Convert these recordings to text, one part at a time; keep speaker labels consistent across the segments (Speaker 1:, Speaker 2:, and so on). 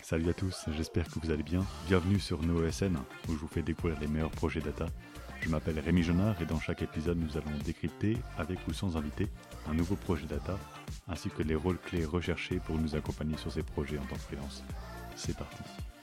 Speaker 1: Salut à tous, j'espère que vous allez bien. Bienvenue sur NoESN, où je vous fais découvrir les meilleurs projets data. Je m'appelle Rémi Jonard et dans chaque épisode, nous allons décrypter, avec ou sans invité, un nouveau projet data, ainsi que les rôles clés recherchés pour nous accompagner sur ces projets en tant que freelance. C'est parti.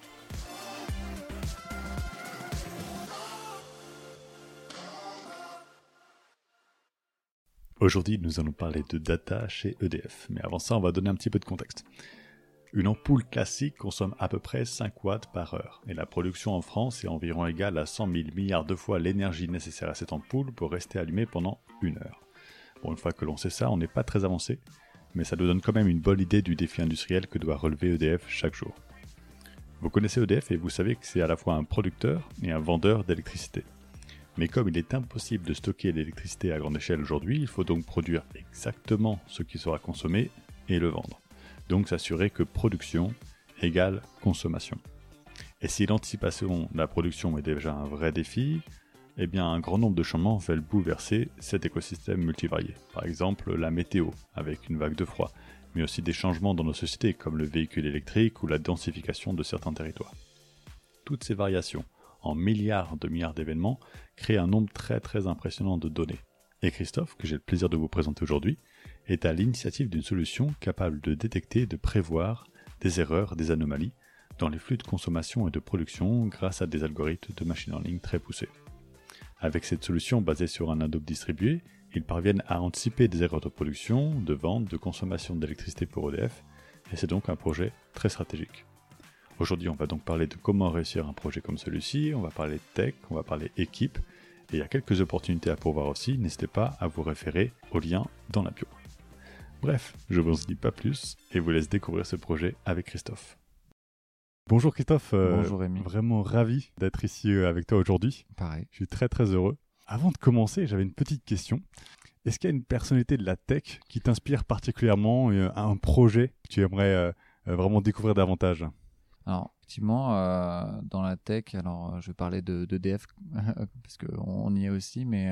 Speaker 1: Aujourd'hui, nous allons parler de data chez EDF, mais avant ça, on va donner un petit peu de contexte. Une ampoule classique consomme à peu près 5 watts par heure, et la production en France est environ égale à 100 000 milliards de fois l'énergie nécessaire à cette ampoule pour rester allumée pendant 1 heure. Bon, une fois que l'on sait ça, on n'est pas très avancé, mais ça nous donne quand même une bonne idée du défi industriel que doit relever EDF chaque jour. Vous connaissez EDF et vous savez que c'est à la fois un producteur et un vendeur d'électricité. Mais comme il est impossible de stocker l'électricité à grande échelle aujourd'hui, il faut donc produire exactement ce qui sera consommé et le vendre. Donc s'assurer que production égale consommation. Et si l'anticipation de la production est déjà un vrai défi, eh bien un grand nombre de changements veulent bouleverser cet écosystème multivarié. Par exemple la météo, avec une vague de froid, mais aussi des changements dans nos sociétés, comme le véhicule électrique ou la densification de certains territoires. Toutes ces variations, en milliards d'événements, créent un nombre très impressionnant de données. Et Christophe, que j'ai le plaisir de vous présenter aujourd'hui, est à l'initiative d'une solution capable de détecter et de prévoir des erreurs, des anomalies dans les flux de consommation et de production grâce à des algorithmes de machine learning très poussés. Avec cette solution basée sur un Adobe distribué, ils parviennent à anticiper des erreurs de production, de vente, de consommation d'électricité pour EDF, et c'est donc un projet très stratégique. Aujourd'hui, on va donc parler de comment réussir un projet comme celui-ci, on va parler tech, on va parler équipe, et il y a quelques opportunités à pourvoir aussi, n'hésitez pas à vous référer au lien dans la bio. Bref, je vous en dis pas plus et vous laisse découvrir ce projet avec Christophe. Bonjour Christophe,
Speaker 2: Bonjour Rémi.
Speaker 1: Vraiment ravi d'être ici avec toi aujourd'hui.
Speaker 2: Pareil.
Speaker 1: Je suis très heureux. Avant de commencer, j'avais une petite question. Est-ce qu'il y a une personnalité de la tech qui t'inspire particulièrement, un projet que tu aimerais vraiment découvrir davantage ?
Speaker 2: Alors, effectivement, dans la tech, alors je vais parler d'EDF parce qu'on y est aussi, mais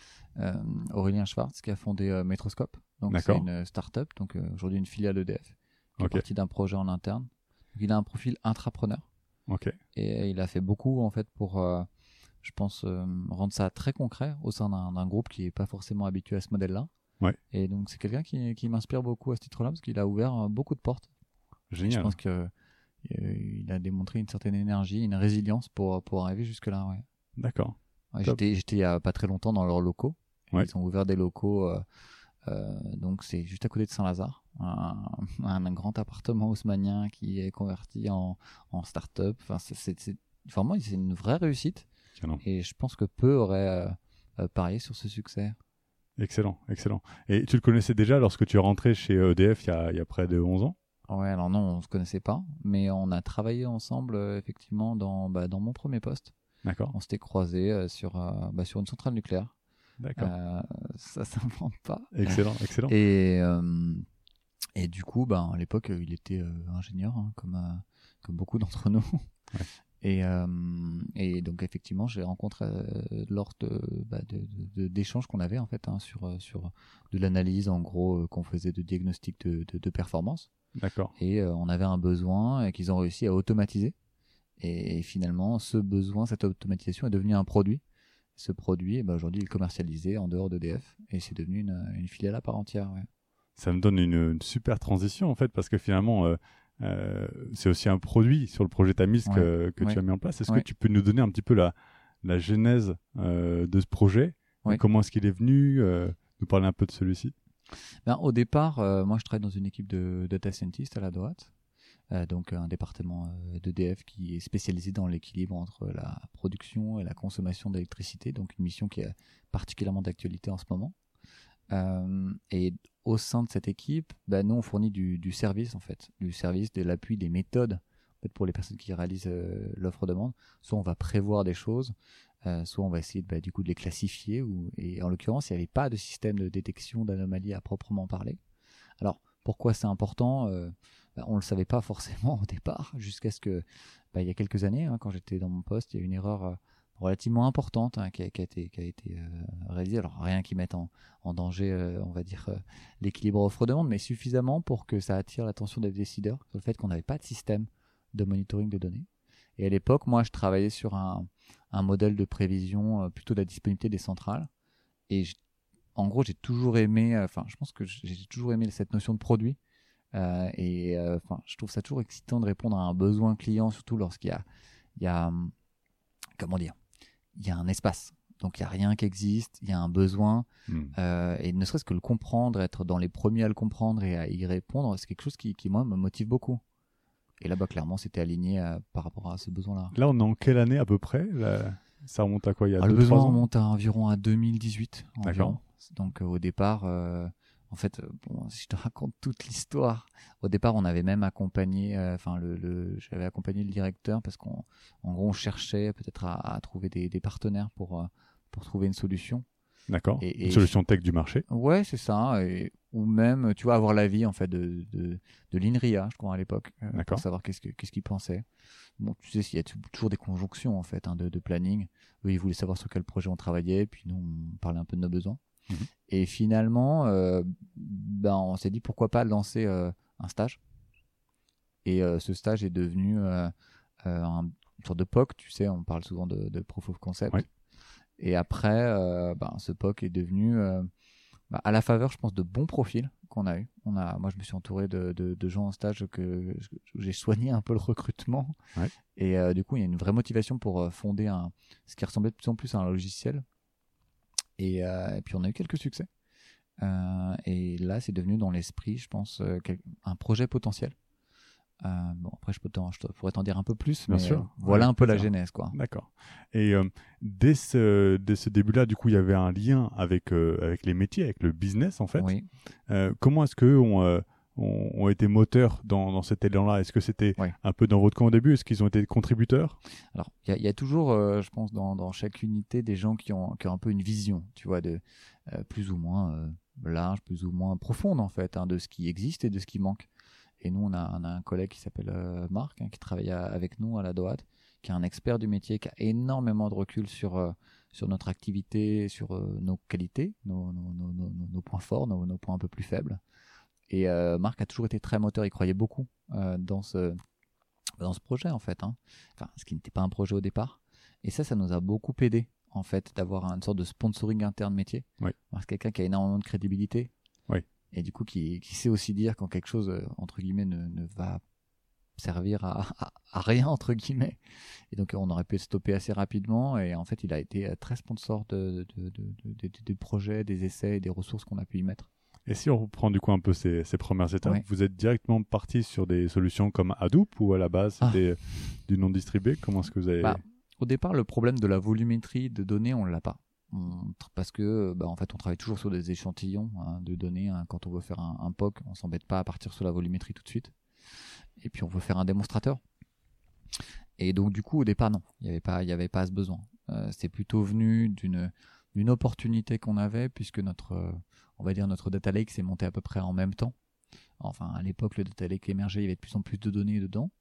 Speaker 2: Aurélien Schwartz qui a fondé Metroscope. Donc
Speaker 1: D'accord.
Speaker 2: c'est une start-up, donc aujourd'hui une filiale d'EDF, qui est
Speaker 1: Ok.
Speaker 2: partie d'un projet en interne. Donc, il a un profil intrapreneur.
Speaker 1: Ok.
Speaker 2: Et il a fait beaucoup en fait pour, je pense, rendre ça très concret au sein d'un groupe qui est pas forcément habitué à ce modèle-là.
Speaker 1: Ouais.
Speaker 2: Et donc c'est quelqu'un qui m'inspire beaucoup à ce titre-là parce qu'il a ouvert beaucoup de portes.
Speaker 1: Génial.
Speaker 2: Et je pense que il a démontré une certaine énergie, une résilience pour arriver jusque-là. Ouais.
Speaker 1: D'accord.
Speaker 2: Ouais,
Speaker 1: Top.
Speaker 2: j'étais il y a pas très longtemps dans leurs locaux.
Speaker 1: Ouais.
Speaker 2: Ils ont ouvert des locaux, donc c'est juste à côté de Saint-Lazare, un grand appartement haussmannien qui est converti en start-up. Enfin, vraiment, c'est une vraie réussite.
Speaker 1: Excellent.
Speaker 2: Et je pense que peu auraient parié sur ce succès.
Speaker 1: Excellent. Et tu le connaissais déjà lorsque tu es rentré chez EDF il y a près de 11 ans ?
Speaker 2: Ouais, alors non, on se connaissait pas, mais on a travaillé ensemble effectivement dans mon premier poste.
Speaker 1: D'accord.
Speaker 2: On s'était croisés sur une centrale nucléaire.
Speaker 1: D'accord.
Speaker 2: Ça s'invente pas.
Speaker 1: Excellent.
Speaker 2: Et du coup, à l'époque, il était ingénieur, hein, comme beaucoup d'entre nous.
Speaker 1: Ouais.
Speaker 2: Et donc effectivement, j'ai rencontré lors d'échanges qu'on avait en fait sur de l'analyse en gros qu'on faisait de diagnostic de performance.
Speaker 1: D'accord.
Speaker 2: Et on avait un besoin et qu'ils ont réussi à automatiser. Et finalement, ce besoin, cette automatisation est devenu un produit. Ce produit, aujourd'hui, il est commercialisé en dehors d'EDF et c'est devenu une filiale à part entière. Ouais.
Speaker 1: Ça me donne une super transition en fait parce que finalement c'est aussi un produit sur le projet Tamis que tu as mis en place. Est-ce que tu peux nous donner un petit peu la genèse de ce projet ? Comment est-ce qu'il est venu nous parler un peu de celui-ci ?
Speaker 2: Au départ, moi je travaille dans une équipe de data scientists à la droite, donc un département d'EDF qui est spécialisé dans l'équilibre entre la production et la consommation d'électricité, donc une mission qui est particulièrement d'actualité en ce moment. Et au sein de cette équipe, nous on fournit du service en fait, du service, de l'appui, des méthodes en fait, pour les personnes qui réalisent l'offre-demande. Soit on va prévoir des choses, soit on va essayer du coup de les classifier, et en l'occurrence il n'y avait pas de système de détection d'anomalies à proprement parler. Alors pourquoi c'est important on le savait pas forcément au départ, jusqu'à ce que il y a quelques années, quand j'étais dans mon poste, il y a eu une erreur relativement importante qui a été réalisée. Alors rien qui mette en danger, on va dire, l'équilibre offre-demande, mais suffisamment pour que ça attire l'attention des décideurs sur le fait qu'on n'avait pas de système de monitoring de données. Et à l'époque, moi, je travaillais sur un modèle de prévision plutôt de la disponibilité des centrales. Et en gros, j'ai toujours aimé, je pense que j'ai toujours aimé cette notion de produit. Je trouve ça toujours excitant de répondre à un besoin client, surtout lorsqu'il y a comment dire, il y a un espace. Donc il y a rien qui existe, il y a un besoin, et ne serait-ce que le comprendre, être dans les premiers à le comprendre et à y répondre, c'est quelque chose qui moi me motive beaucoup. Et là-bas, clairement, c'était aligné par rapport à ce besoin-là.
Speaker 1: Là, on est en quelle année à peu près là, ça remonte à quoi, il y a 2-3 ans?
Speaker 2: Le besoin remonte environ à 2018.
Speaker 1: D'accord.
Speaker 2: Donc au départ, en fait, si je te raconte toute l'histoire, au départ, on avait même accompagné, j'avais accompagné le directeur parce qu'en gros, on cherchait peut-être à trouver des partenaires pour trouver une solution.
Speaker 1: D'accord. Une solution tech du marché.
Speaker 2: Ouais, c'est ça. Ou même, tu vois, avoir l'avis en fait de l'INRIA, je crois à l'époque, pour savoir qu'est-ce qu'ils pensaient. Bon, tu sais, il y a toujours des conjonctions en fait de planning. Eux, ils voulaient savoir sur quel projet on travaillait, puis nous, on parlait un peu de nos besoins. Et finalement, on s'est dit pourquoi pas lancer un stage. Et ce stage est devenu une sorte de POC, tu sais, on parle souvent de Proof of Concept.
Speaker 1: Ouais.
Speaker 2: Et après, ce POC est devenu à la faveur, je pense, de bons profils qu'on a eu. Moi, je me suis entouré de gens en stage où j'ai soigné un peu le recrutement.
Speaker 1: Ouais.
Speaker 2: Et du coup, il y a une vraie motivation pour fonder ce qui ressemblait de plus en plus à un logiciel. Et puis, on a eu quelques succès. Et là, c'est devenu dans l'esprit, je pense, un projet potentiel. Après, je pourrais t'en dire un peu plus, mais voilà un peu la genèse, quoi.
Speaker 1: D'accord. Et dès ce début-là, du coup, il y avait un lien avec les métiers, avec le business, en fait.
Speaker 2: Oui.
Speaker 1: Comment est-ce qu'eux ont été moteurs dans cet élan-là? Est-ce que c'était un peu dans votre camp au début? Est-ce qu'ils ont été contributeurs?
Speaker 2: Alors, il y a toujours, je pense, dans chaque unité, des gens qui ont un peu une vision, tu vois, de plus ou moins large, plus ou moins profonde, en fait, de ce qui existe et de ce qui manque. Et nous, on a un collègue qui s'appelle Marc, qui travaille avec nous à la DOAT, qui est un expert du métier, qui a énormément de recul sur notre activité, sur nos qualités, nos points forts, nos points un peu plus faibles. Et Marc a toujours été très moteur, il croyait beaucoup dans ce projet, en fait. Ce qui n'était pas un projet au départ. Et ça nous a beaucoup aidé, en fait, d'avoir une sorte de sponsoring interne métier.
Speaker 1: Oui.
Speaker 2: Parce que quelqu'un qui a énormément de crédibilité.
Speaker 1: Oui.
Speaker 2: Et du coup, qui sait aussi dire quand quelque chose, entre guillemets, ne va servir à rien, entre guillemets. Et donc, on aurait pu être stoppé assez rapidement. Et en fait, il a été très sponsor des projets, des essais et des ressources qu'on a pu y mettre.
Speaker 1: Et si on reprend du coup un peu ces premières étapes, vous êtes directement parti sur des solutions comme Hadoop ou à la base c'était du non distribué? Comment est-ce que vous avez...
Speaker 2: Au départ, le problème de la volumétrie de données, on ne l'a pas. Parce que en fait on travaille toujours sur des échantillons de données. Quand on veut faire un POC, on s'embête pas à partir sur la volumétrie tout de suite. Et puis on veut faire un démonstrateur. Et donc du coup au départ non, il y avait pas ce besoin. C'est plutôt venu d'une opportunité qu'on avait, puisque notre data lake s'est monté à peu près en même temps. Enfin à l'époque le data lake émergeait, il y avait de plus en plus de données dedans.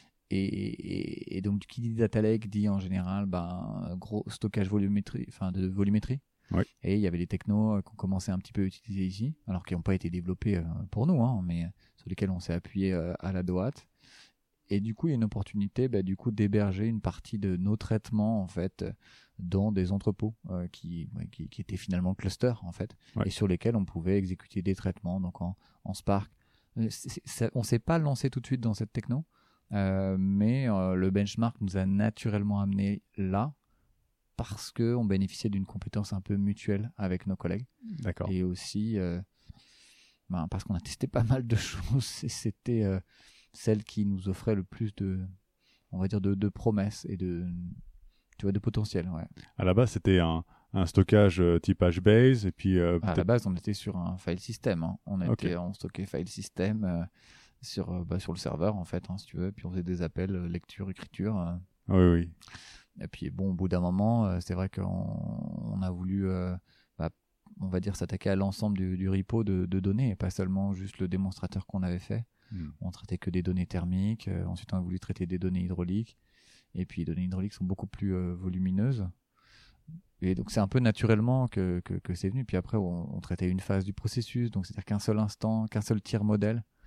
Speaker 2: Et donc, qui dit data lake dit en général gros stockage de volumétrie.
Speaker 1: Oui.
Speaker 2: Et il y avait des technos qu'on commençait un petit peu à utiliser ici, alors qu'ils n'ont pas été développés pour nous, mais sur lesquels on s'est appuyé à la DOAT. Et du coup, il y a une opportunité d'héberger une partie de nos traitements en fait dans des entrepôts qui étaient finalement cluster en fait, et sur lesquels on pouvait exécuter des traitements donc en Spark. On s'est pas lancé tout de suite dans cette techno. Mais le benchmark nous a naturellement amené là parce qu'on bénéficiait d'une compétence un peu mutuelle avec nos collègues.
Speaker 1: D'accord.
Speaker 2: Et aussi parce qu'on a testé pas mal de choses et c'était celle qui nous offrait le plus de promesses et de potentiel. Ouais.
Speaker 1: À la base, c'était un stockage type HBase et puis
Speaker 2: à la base, on était sur un file system. On stockait file system sur le serveur en fait, si tu veux, puis on faisait des appels lecture écriture.
Speaker 1: Oui.
Speaker 2: Et puis au bout d'un moment c'est vrai qu'on a voulu on va dire s'attaquer à l'ensemble du repo de données et pas seulement juste le démonstrateur qu'on avait fait. On traitait que des données thermiques, ensuite on a voulu traiter des données hydrauliques, et puis les données hydrauliques sont beaucoup plus volumineuses. Et donc c'est un peu naturellement que c'est venu. Puis après on traitait une phase du processus, donc c'est-à-dire qu'un seul instant, qu'un seul tiers modèle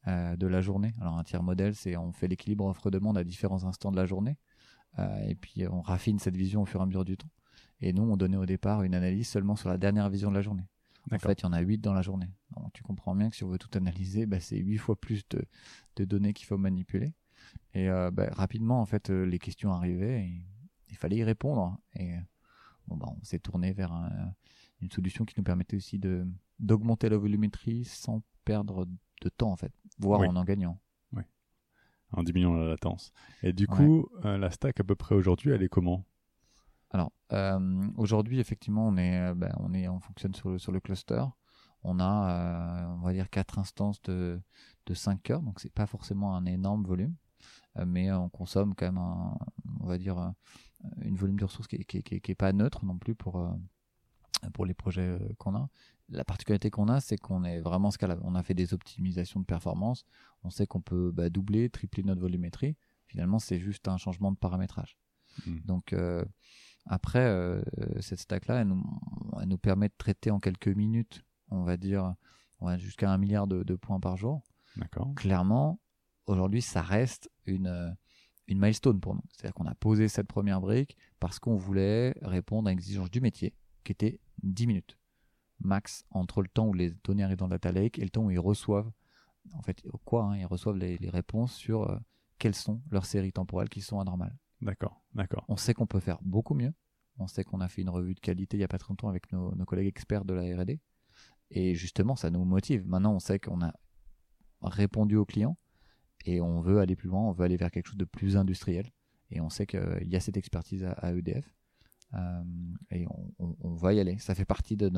Speaker 2: de la journée. Alors un tiers modèle, c'est on fait l'équilibre offre-demande à différents instants de la journée, et puis on raffine cette vision au fur et à mesure du temps. Et nous, on donnait au départ une analyse seulement sur la dernière vision de la journée.
Speaker 1: D'accord.
Speaker 2: En fait, il y en a 8 dans la journée. Donc tu comprends bien que si on veut tout analyser, c'est 8 fois plus de données qu'il faut manipuler. Et rapidement, en fait, les questions arrivaient et il fallait y répondre. Et on s'est tourné vers une solution qui nous permettait aussi d'augmenter la volumétrie sans perdre de temps, en fait, voire en gagnant.
Speaker 1: Oui, en diminuant la latence. Et du coup, la stack à peu près aujourd'hui, elle est comment ?
Speaker 2: Alors, aujourd'hui, effectivement, on fonctionne sur le cluster. On a, on va dire, 4 instances de 5 cœurs, donc c'est pas forcément un énorme volume, mais on consomme quand même, on va dire, une volume de ressources qui est pas neutre non plus pour les projets qu'on a. La particularité qu'on a, c'est qu'on est vraiment scalable. On a fait des optimisations de performance. On sait qu'on peut doubler, tripler notre volumétrie. Finalement, c'est juste un changement de paramétrage. Donc, après, cette stack-là, elle nous permet de traiter en quelques minutes, on va dire, jusqu'à 1 milliard de points par jour.
Speaker 1: D'accord.
Speaker 2: Clairement, aujourd'hui, ça reste une milestone pour nous. C'est-à-dire qu'on a posé cette première brique parce qu'on voulait répondre à une exigence du métier qui était 10 minutes max entre le temps où les données arrivent dans le data lake et le temps où ils reçoivent, en fait, ils reçoivent les réponses sur quelles sont leurs séries temporelles qui sont anormales.
Speaker 1: D'accord.
Speaker 2: On sait qu'on peut faire beaucoup mieux. On sait qu'on a fait une revue de qualité il n'y a pas très longtemps avec nos collègues experts de la R&D. Et justement, ça nous motive. Maintenant, on sait qu'on a répondu aux clients et on veut aller plus loin, on veut aller vers quelque chose de plus industriel. Et on sait qu'il y a cette expertise à EDF. Et on va y aller. Ça fait partie de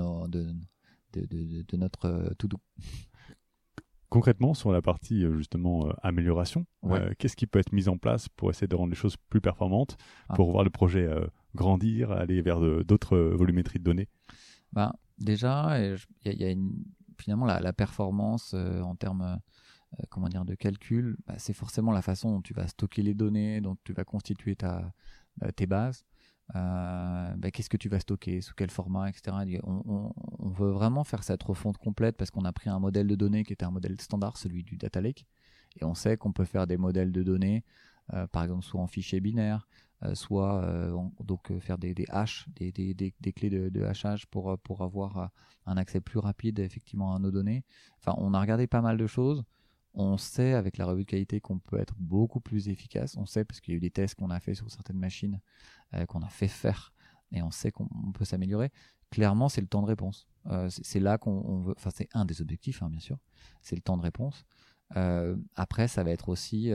Speaker 2: notre to-do.
Speaker 1: Concrètement, sur la partie justement amélioration, qu'est-ce qui peut être mis en place pour essayer de rendre les choses plus performantes, pour voir le projet grandir, aller vers d'autres volumétries de données ?
Speaker 2: Déjà, il y a finalement la performance en termes de calcul. C'est forcément la façon dont tu vas stocker les données, dont tu vas constituer tes bases. Qu'est-ce que tu vas stocker, sous quel format, etc. On veut vraiment faire cette refonte complète parce qu'on a pris un modèle de données qui était un modèle standard, celui du data lake, et on sait qu'on peut faire des modèles de données, par exemple soit en fichier binaire, soit faire des hashes, des clés de hachage pour avoir un accès plus rapide effectivement à nos données. Enfin, on a regardé pas mal de choses. On sait avec la revue de qualité qu'on peut être beaucoup plus efficace. On sait parce qu'il y a eu des tests qu'on a fait sur certaines machines, qu'on a fait faire, et on sait qu'on peut s'améliorer. Clairement, c'est le temps de réponse. C'est là qu'on veut. Enfin, c'est un des objectifs, bien sûr. C'est le temps de réponse. Après, ça va être aussi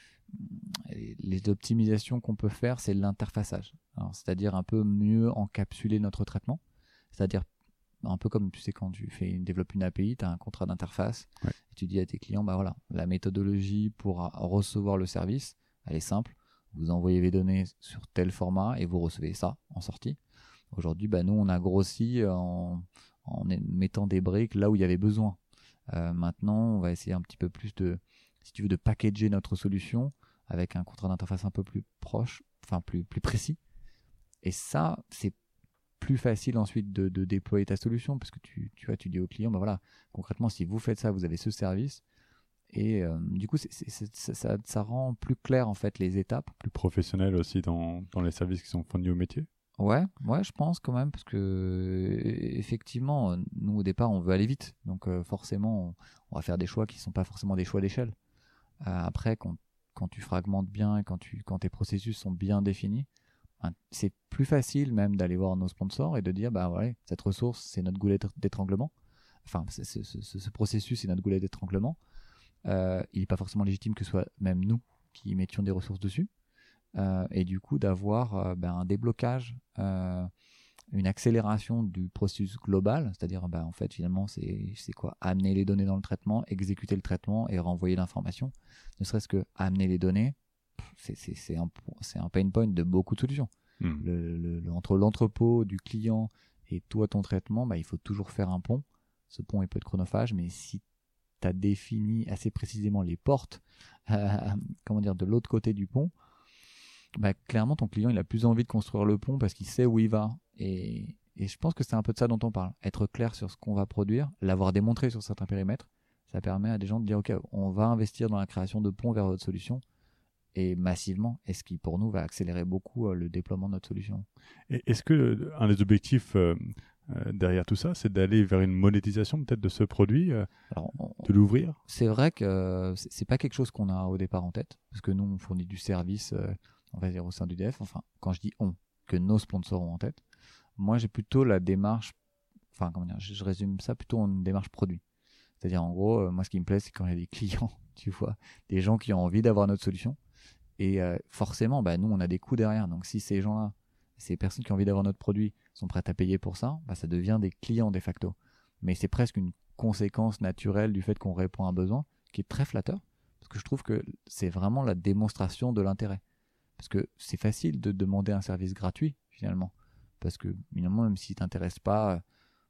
Speaker 2: les optimisations qu'on peut faire, c'est l'interfaçage. C'est-à-dire un peu mieux encapsuler notre traitement. C'est-à-dire un peu comme tu sais quand tu développes une API, tu as un contrat d'interface, et tu dis à tes clients, la méthodologie pour recevoir le service, elle est simple, vous envoyez les données sur tel format et vous recevez ça en sortie. Aujourd'hui, nous on a grossi en mettant des briques là où il y avait besoin. Maintenant, on va essayer un petit peu plus de packager notre solution avec un contrat d'interface un peu plus proche, enfin plus précis. Et ça, c'est plus facile ensuite de déployer ta solution parce que tu dis au client, concrètement, si vous faites ça, vous avez ce service. Et du coup, ça rend plus clair en fait les étapes.
Speaker 1: Plus professionnel aussi dans les services qui sont fournis au métier.
Speaker 2: Ouais, je pense quand même parce que effectivement, nous au départ, on veut aller vite, donc forcément, on va faire des choix qui sont pas forcément des choix d'échelle. Après, quand tu fragmentes bien, quand tes processus sont bien définis, c'est plus facile même d'aller voir nos sponsors et de dire cette ressource c'est notre goulet d'étranglement, enfin ce processus c'est notre goulet d'étranglement, il n'est pas forcément légitime que ce soit même nous qui mettions des ressources dessus, et du coup d'avoir un déblocage, une accélération du processus global, c'est-à-dire en fait finalement c'est quoi, amener les données dans le traitement, exécuter le traitement et renvoyer l'information. Ne serait-ce que amener les données, c'est un pain point de beaucoup de solutions. Entre l'entrepôt du client et toi ton traitement, il faut toujours faire un pont. Ce pont il peut être chronophage, mais si tu as défini assez précisément les portes de l'autre côté du pont, clairement ton client il a plus envie de construire le pont parce qu'il sait où il va, et je pense que c'est un peu de ça dont on parle, être clair sur ce qu'on va produire, l'avoir démontré sur certains périmètres, ça permet à des gens de dire ok, on va investir dans la création de ponts vers votre solution et massivement, et ce qui pour nous va accélérer beaucoup le déploiement de notre solution.
Speaker 1: Et est-ce que un des objectifs derrière tout ça, c'est d'aller vers une monétisation peut-être de ce produit,
Speaker 2: Alors,
Speaker 1: de l'ouvrir?
Speaker 2: c'est vrai que c'est pas quelque chose qu'on a au départ en tête, parce que nous on fournit du service, on va dire au sein d'EDF. Enfin, quand je dis on, que nos sponsors ont en tête. Moi, j'ai plutôt la démarche, enfin comment dire, je résume ça plutôt en une démarche produit. C'est-à-dire en gros, moi ce qui me plaît, c'est quand il y a des clients, tu vois, des gens qui ont envie d'avoir notre solution. Et forcément, bah, nous, on a des coûts derrière. Donc si ces gens-là, ces personnes qui ont envie d'avoir notre produit sont prêtes à payer pour ça, bah, ça devient des clients de facto. Mais c'est presque une conséquence naturelle du fait qu'on répond à un besoin qui est très flatteur. Parce que je trouve que c'est vraiment la démonstration de l'intérêt. Parce que c'est facile de demander un service gratuit, finalement. Parce que, finalement, même s'il ne t'intéresse pas,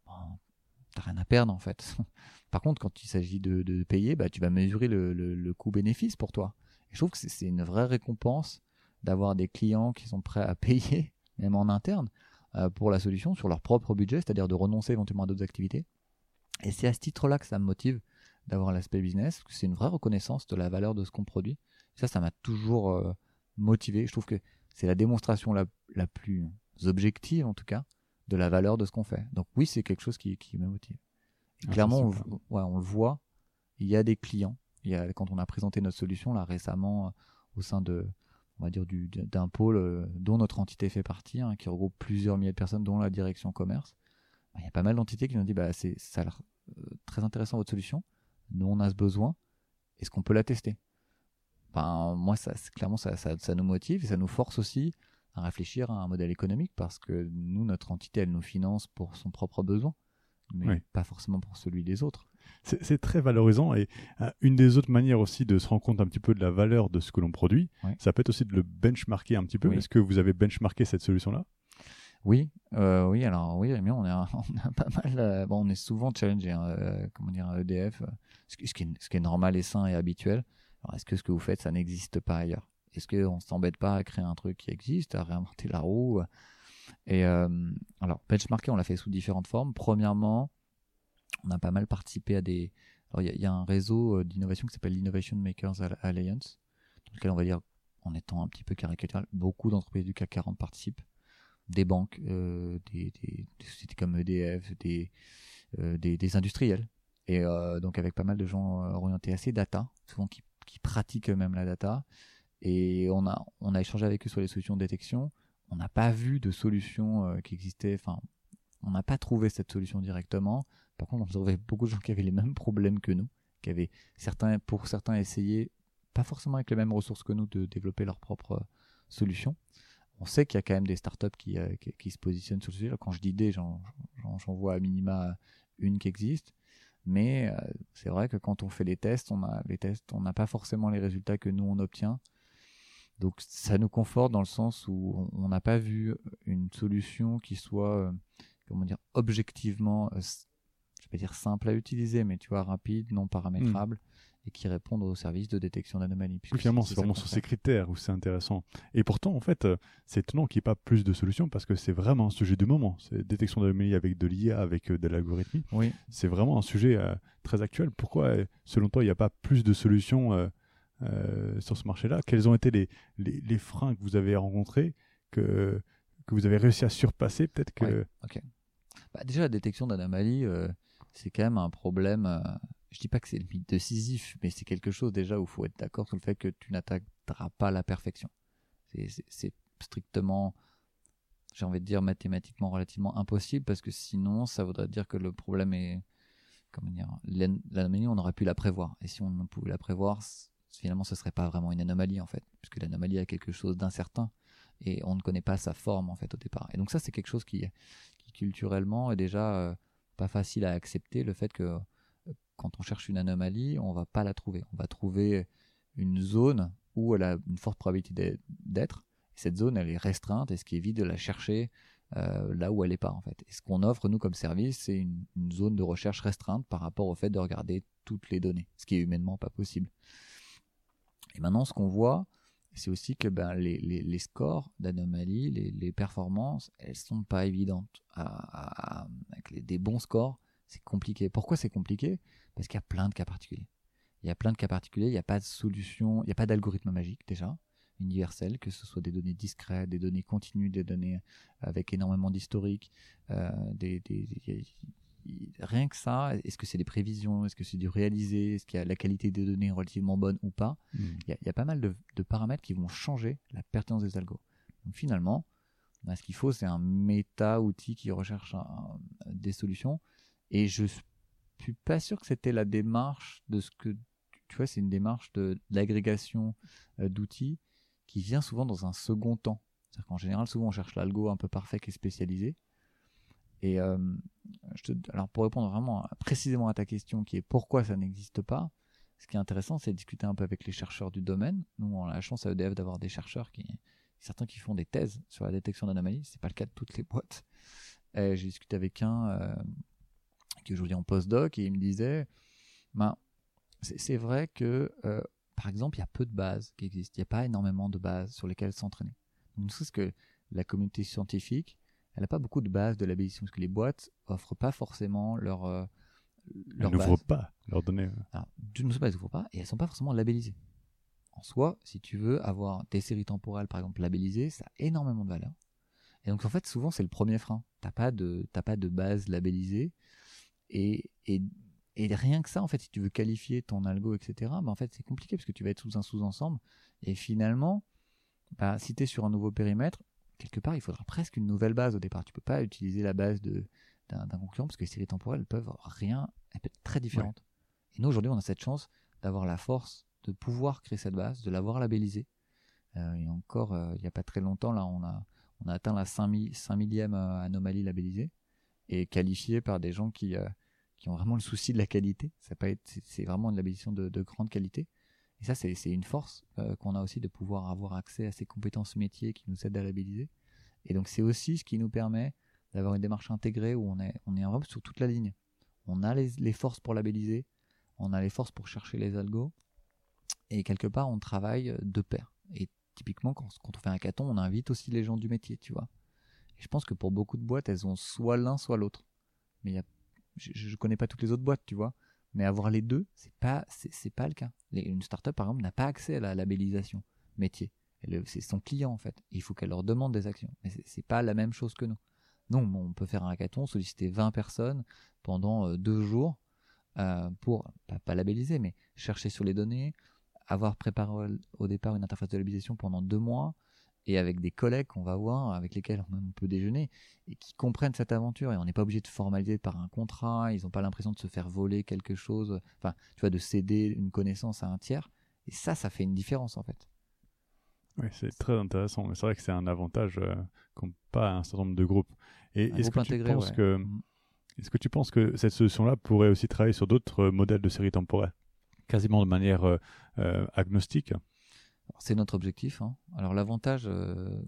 Speaker 2: t'as rien à perdre, en fait. Par contre, quand il s'agit de payer, bah, tu vas mesurer le coût-bénéfice pour toi. Et je trouve que c'est une vraie récompense d'avoir des clients qui sont prêts à payer, même en interne, pour la solution, sur leur propre budget, c'est-à-dire de renoncer éventuellement à d'autres activités. Et c'est à ce titre-là que ça me motive d'avoir l'aspect business, parce que c'est une vraie reconnaissance de la valeur de ce qu'on produit. Et ça m'a toujours motivé. Je trouve que c'est la démonstration la plus objective, en tout cas, de la valeur de ce qu'on fait. Donc oui, c'est quelque chose qui me motive. Et clairement, on le voit, il y a des clients. Quand on a présenté notre solution là récemment au sein on va dire d'un pôle dont notre entité fait partie, hein, qui regroupe plusieurs milliers de personnes, dont la direction commerce. Il y a pas mal d'entités qui nous ont dit ça a l'air très intéressant votre solution. Nous on a ce besoin. Est-ce qu'on peut la tester? Moi clairement ça nous motive et ça nous force aussi à réfléchir à un modèle économique parce que nous notre entité elle nous finance pour son propre besoin, mais pas forcément pour celui des autres.
Speaker 1: C'est très valorisant et une des autres manières aussi de se rendre compte un petit peu de la valeur de ce que l'on produit, ça peut être aussi de le benchmarker un petit peu. Est-ce que vous avez benchmarké cette solution-là?
Speaker 2: Oui, mais on a pas mal. On est souvent challengé, à EDF, ce qui est normal et sain et habituel. Alors, est-ce que ce que vous faites, ça n'existe pas ailleurs? Est-ce qu'on s'embête pas à créer un truc qui existe, à réinventer la roue? Et alors, benchmarker, on l'a fait sous différentes formes. Premièrement, on a pas mal participé à des. Alors, il y a un réseau d'innovation qui s'appelle l'Innovation Makers Alliance, dans lequel on va dire, en étant un petit peu caricatural, beaucoup d'entreprises du CAC 40 participent. Des banques, des sociétés comme EDF, des industriels. Et donc avec pas mal de gens orientés assez data, souvent qui pratiquent eux-mêmes la data. Et on a échangé avec eux sur les solutions de détection. On n'a pas vu de solution qui existait. Enfin, on n'a pas trouvé cette solution directement. Par contre, on trouvait beaucoup de gens qui avaient les mêmes problèmes que nous, qui avaient pour certains essayé, pas forcément avec les mêmes ressources que nous, de développer leur propre solution. On sait qu'il y a quand même des startups qui se positionnent sur le sujet. Quand je dis des, j'en vois à minima une qui existe. Mais c'est vrai que quand on fait les tests, on n'a pas forcément les résultats que nous on obtient. Donc ça nous conforte dans le sens où on n'a pas vu une solution qui soit, objectivement, je vais pas dire simple à utiliser, mais tu vois, rapide, non paramétrable. Et qui répondent aux services de détection d'anomalies.
Speaker 1: Finalement, c'est vraiment sur ces critères où c'est intéressant. Et pourtant, en fait, c'est étonnant qu'il n'y ait pas plus de solutions parce que c'est vraiment un sujet du moment. C'est détection d'anomalies avec de l'IA, avec de l'algorithmie.
Speaker 2: Oui.
Speaker 1: C'est vraiment un sujet très actuel. Pourquoi, selon toi, il n'y a pas plus de solutions sur ce marché-là? Quels ont été les freins que vous avez rencontrés, que vous avez réussi à surpasser peut-être que...
Speaker 2: Ouais, ok. Déjà, la détection d'anomalies, c'est quand même un problème... Je dis pas que c'est le mythe de Sisyphe, mais c'est quelque chose déjà où il faut être d'accord sur le fait que tu n'atteindras pas la perfection. C'est strictement, j'ai envie de dire, mathématiquement relativement impossible parce que sinon, ça voudrait dire que le problème est, l'anomalie, on aurait pu la prévoir. Et si on pouvait la prévoir, finalement, ce serait pas vraiment une anomalie en fait, puisque l'anomalie a quelque chose d'incertain et on ne connaît pas sa forme en fait au départ. Et donc ça, c'est quelque chose qui culturellement est déjà pas facile à accepter, le fait que quand on cherche une anomalie, on va pas la trouver. On va trouver une zone où elle a une forte probabilité d'être. Et cette zone, elle est restreinte et ce qui évite de la chercher là où elle n'est pas en fait. Et ce qu'on offre nous comme service, c'est une zone de recherche restreinte par rapport au fait de regarder toutes les données, ce qui est humainement pas possible. Et maintenant, ce qu'on voit, c'est aussi que les scores d'anomalie, les performances, elles sont pas évidentes. Avec des bons scores, c'est compliqué. Pourquoi c'est compliqué? Parce qu'il y a plein de cas particuliers. Il y a plein de cas particuliers, il n'y a pas de solution, il n'y a pas d'algorithme magique déjà, universel, que ce soit des données discrètes, des données continues, des données avec énormément d'historique, rien que ça, est-ce que c'est des prévisions, est-ce que c'est du réalisé, est-ce qu'il y a la qualité des données relativement bonne ou pas? Il y a pas mal de paramètres qui vont changer la pertinence des algos. Donc finalement, ce qu'il faut, c'est un méta-outil qui recherche des solutions. Et je suis pas sûr que c'était la démarche de ce que tu vois, c'est une démarche d'agrégation d'outils qui vient souvent dans un second temps. C'est-à-dire qu'en général, souvent on cherche l'algo un peu parfait qui est spécialisé. Et alors pour répondre vraiment précisément à ta question qui est pourquoi ça n'existe pas, ce qui est intéressant, c'est de discuter un peu avec les chercheurs du domaine. Nous, on a la chance à EDF d'avoir des chercheurs certains qui font des thèses sur la détection d'anomalies. C'est pas le cas de toutes les boîtes. J'ai discuté avec un qui est aujourd'hui en postdoc et il me disait c'est vrai que par exemple il y a peu de bases qui existent, il n'y a pas énormément de bases sur lesquelles s'entraîner. Donc c'est ce que la communauté scientifique, elle n'a pas beaucoup de bases de labellisation parce que les boîtes offrent pas forcément leur
Speaker 1: elles n'ouvrent pas leurs données.
Speaker 2: Alors, d'une part, elles n'ouvrent pas et elles sont pas forcément labellisées. En soi, si tu veux avoir des séries temporelles par exemple labellisées, ça a énormément de valeur. Et donc en fait souvent c'est le premier frein. T'as pas de base labellisée et rien que ça, en fait, si tu veux qualifier ton algo, etc., en fait, c'est compliqué parce que tu vas être sous un sous-ensemble. Et finalement, si tu es sur un nouveau périmètre, quelque part, il faudra presque une nouvelle base au départ. Tu peux pas utiliser la base d'un concurrent parce que les séries temporelles elles peuvent être très différentes. Ouais. Et nous, aujourd'hui, on a cette chance d'avoir la force de pouvoir créer cette base, de l'avoir labellisée. Et encore, il n'y a pas très longtemps, là, on a atteint la 5 millième anomalie labellisée et qualifiée par des gens qui ont vraiment le souci de la qualité. C'est vraiment une labellisation de grande qualité. Et ça, c'est une force qu'on a aussi de pouvoir avoir accès à ces compétences métiers qui nous aident à labelliser. Et donc, c'est aussi ce qui nous permet d'avoir une démarche intégrée où on est vraiment sur toute la ligne. On a les forces pour labelliser, on a les forces pour chercher les algos, et quelque part, on travaille de pair. Et typiquement, quand on fait un hackathon, on invite aussi les gens du métier, tu vois. Et je pense que pour beaucoup de boîtes, elles ont soit l'un, soit l'autre. Mais je connais pas toutes les autres boîtes, tu vois. Mais avoir les deux, c'est pas le cas. Une startup, par exemple, n'a pas accès à la labellisation métier. C'est son client, en fait. Il faut qu'elle leur demande des actions. Mais c'est pas la même chose que nous. Non, on peut faire un hackathon, solliciter 20 personnes pendant 2 jours pour, pas labelliser, mais chercher sur les données, avoir préparé au départ une interface de labellisation pendant 2 mois, et avec des collègues qu'on va voir, avec lesquels on peut déjeuner, et qui comprennent cette aventure, et on n'est pas obligé de formaliser par un contrat, ils n'ont pas l'impression de se faire voler quelque chose, enfin, tu vois, de céder une connaissance à un tiers, et ça fait une différence, en fait.
Speaker 1: Oui, c'est très intéressant, mais c'est vrai que c'est un avantage qu'ont pas un certain nombre de groupes. Et est-ce que tu penses que cette solution-là pourrait aussi travailler sur d'autres modèles de séries temporelles, quasiment de manière agnostique?
Speaker 2: Alors, c'est notre objectif. Alors l'avantage de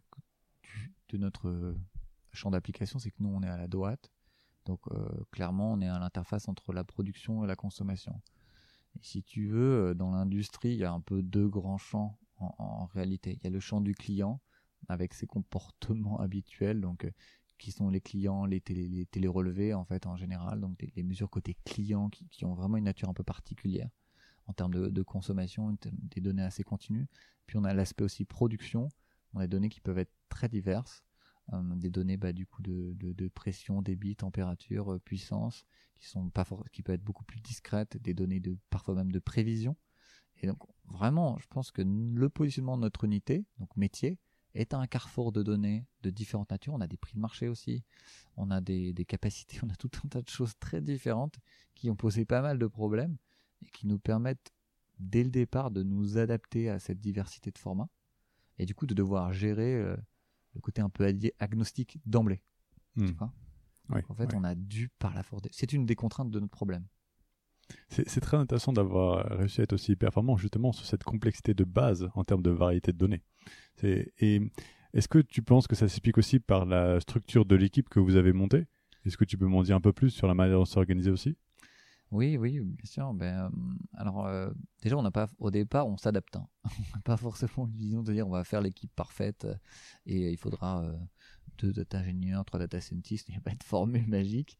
Speaker 2: notre champ d'application, c'est que nous on est à la droite, donc clairement on est à l'interface entre la production et la consommation. Et si tu veux, dans l'industrie, il y a un peu 2 grands champs en réalité. Il y a le champ du client avec ses comportements habituels, donc qui sont les clients, les télérelevés en fait en général, donc les mesures côté client qui ont vraiment une nature un peu particulière en termes de consommation, des données assez continues. Puis on a l'aspect aussi production, on a des données qui peuvent être très diverses, des données du coup de pression, débit, température, puissance, qui peuvent être beaucoup plus discrètes, des données parfois même de prévision. Et donc vraiment, je pense que le positionnement de notre unité, donc métier, est un carrefour de données de différentes natures. On a des prix de marché aussi, on a des capacités, on a tout un tas de choses très différentes qui ont posé pas mal de problèmes et qui nous permettent dès le départ de nous adapter à cette diversité de formats et du coup de devoir gérer le côté un peu agnostique d'emblée. Tu vois ? En fait, on a dû par la force. C'est une des contraintes de notre problème.
Speaker 1: C'est très intéressant d'avoir réussi à être aussi performant justement sur cette complexité de base en termes de variété de données. Et est-ce que tu penses que ça s'explique aussi par la structure de l'équipe que vous avez montée? Est-ce que tu peux m'en dire un peu plus sur la manière dont c'est organisé aussi?
Speaker 2: Oui, bien sûr. Alors, déjà, au départ, on s'adapte. On n'a pas forcément une vision de dire on va faire l'équipe parfaite et il faudra 2 data ingénieurs, 3 data scientists. Il n'y a pas de formule magique.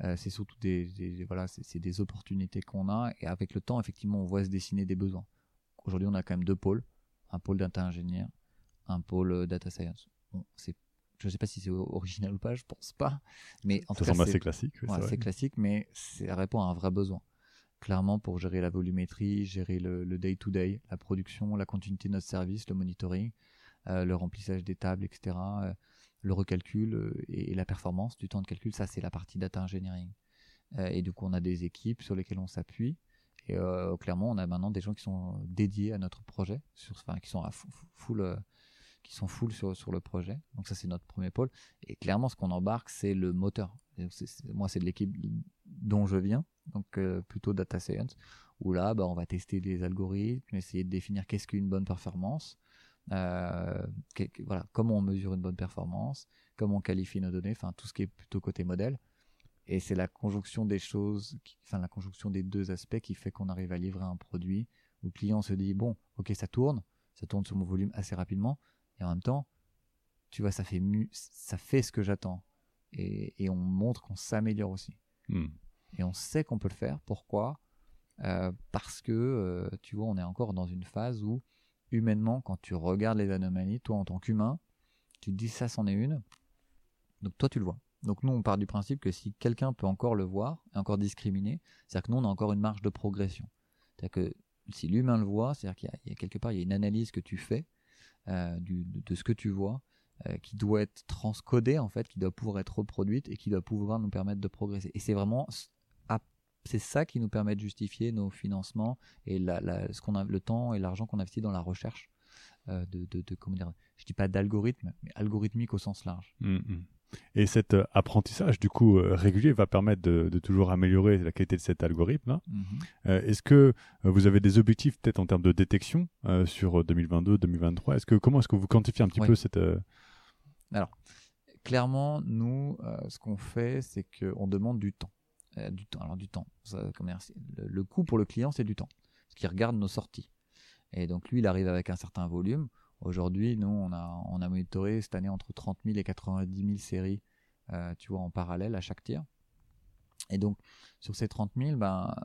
Speaker 2: C'est surtout voilà, c'est des opportunités qu'on a, et avec le temps, effectivement, on voit se dessiner des besoins. Aujourd'hui, on a quand même 2 pôles, un pôle data ingénieur, un pôle data science. Bon, je ne sais pas si c'est original ou pas, je pense pas, mais en tout cas,
Speaker 1: ça semble assez classique. Oui,
Speaker 2: c'est classique, mais ça répond à un vrai besoin. Clairement, pour gérer la volumétrie, gérer le day-to-day, la production, la continuité de notre service, le monitoring, le remplissage des tables, etc., le recalcul et la performance du temps de calcul, ça c'est la partie data engineering. Et du coup, on a des équipes sur lesquelles on s'appuie. Et clairement, on a maintenant des gens qui sont dédiés à notre projet, qui sont à full sur le projet. Donc ça, c'est notre premier pôle. Et clairement, ce qu'on embarque, c'est le moteur. Moi, c'est de l'équipe dont je viens, donc plutôt data science, où là, on va tester les algorithmes, essayer de définir qu'est-ce qu'une bonne performance, voilà, comment on mesure une bonne performance, comment on qualifie nos données, enfin tout ce qui est plutôt côté modèle. Et c'est la conjonction des choses, la conjonction des 2 aspects qui fait qu'on arrive à livrer un produit où le client se dit bon, ok, ça tourne sur mon volume assez rapidement, et en même temps, tu vois, ça fait ce que j'attends, et on montre qu'on s'améliore aussi. Et on sait qu'on peut le faire. Pourquoi ? Parce que tu vois, on est encore dans une phase où humainement, quand tu regardes les anomalies, toi en tant qu'humain, tu te dis ça, c'en est une, donc toi tu le vois. Donc nous, on part du principe que si quelqu'un peut encore le voir et encore discriminer, c'est-à-dire que nous, on a encore une marge de progression. C'est-à-dire que si l'humain le voit, c'est-à-dire qu'il y a quelque part, il y a une analyse que tu fais de ce que tu vois, qui doit être transcodée en fait, qui doit pouvoir être reproduite et qui doit pouvoir nous permettre de progresser. Et c'est vraiment c'est ça qui nous permet de justifier nos financements et ce qu'on a, le temps et l'argent qu'on investit dans la recherche comment dire, je dis pas d'algorithme, mais algorithmique au sens large.
Speaker 1: Et cet apprentissage du coup régulier va permettre de toujours améliorer la qualité de cet algorithme. Est-ce que vous avez des objectifs peut-être en termes de détection sur 2022, 2023 comment est-ce que vous quantifiez un petit peu cette
Speaker 2: Alors clairement, nous, ce qu'on fait, c'est qu'on demande du temps. Alors du temps. Le coût pour le client, c'est du temps. Parce qu'il regarde nos sorties. Et donc lui, il arrive avec un certain volume. Aujourd'hui, nous, on a monitoré cette année entre 30 000 et 90 000 séries, tu vois, en parallèle à chaque tir. Et donc, sur ces 30 000,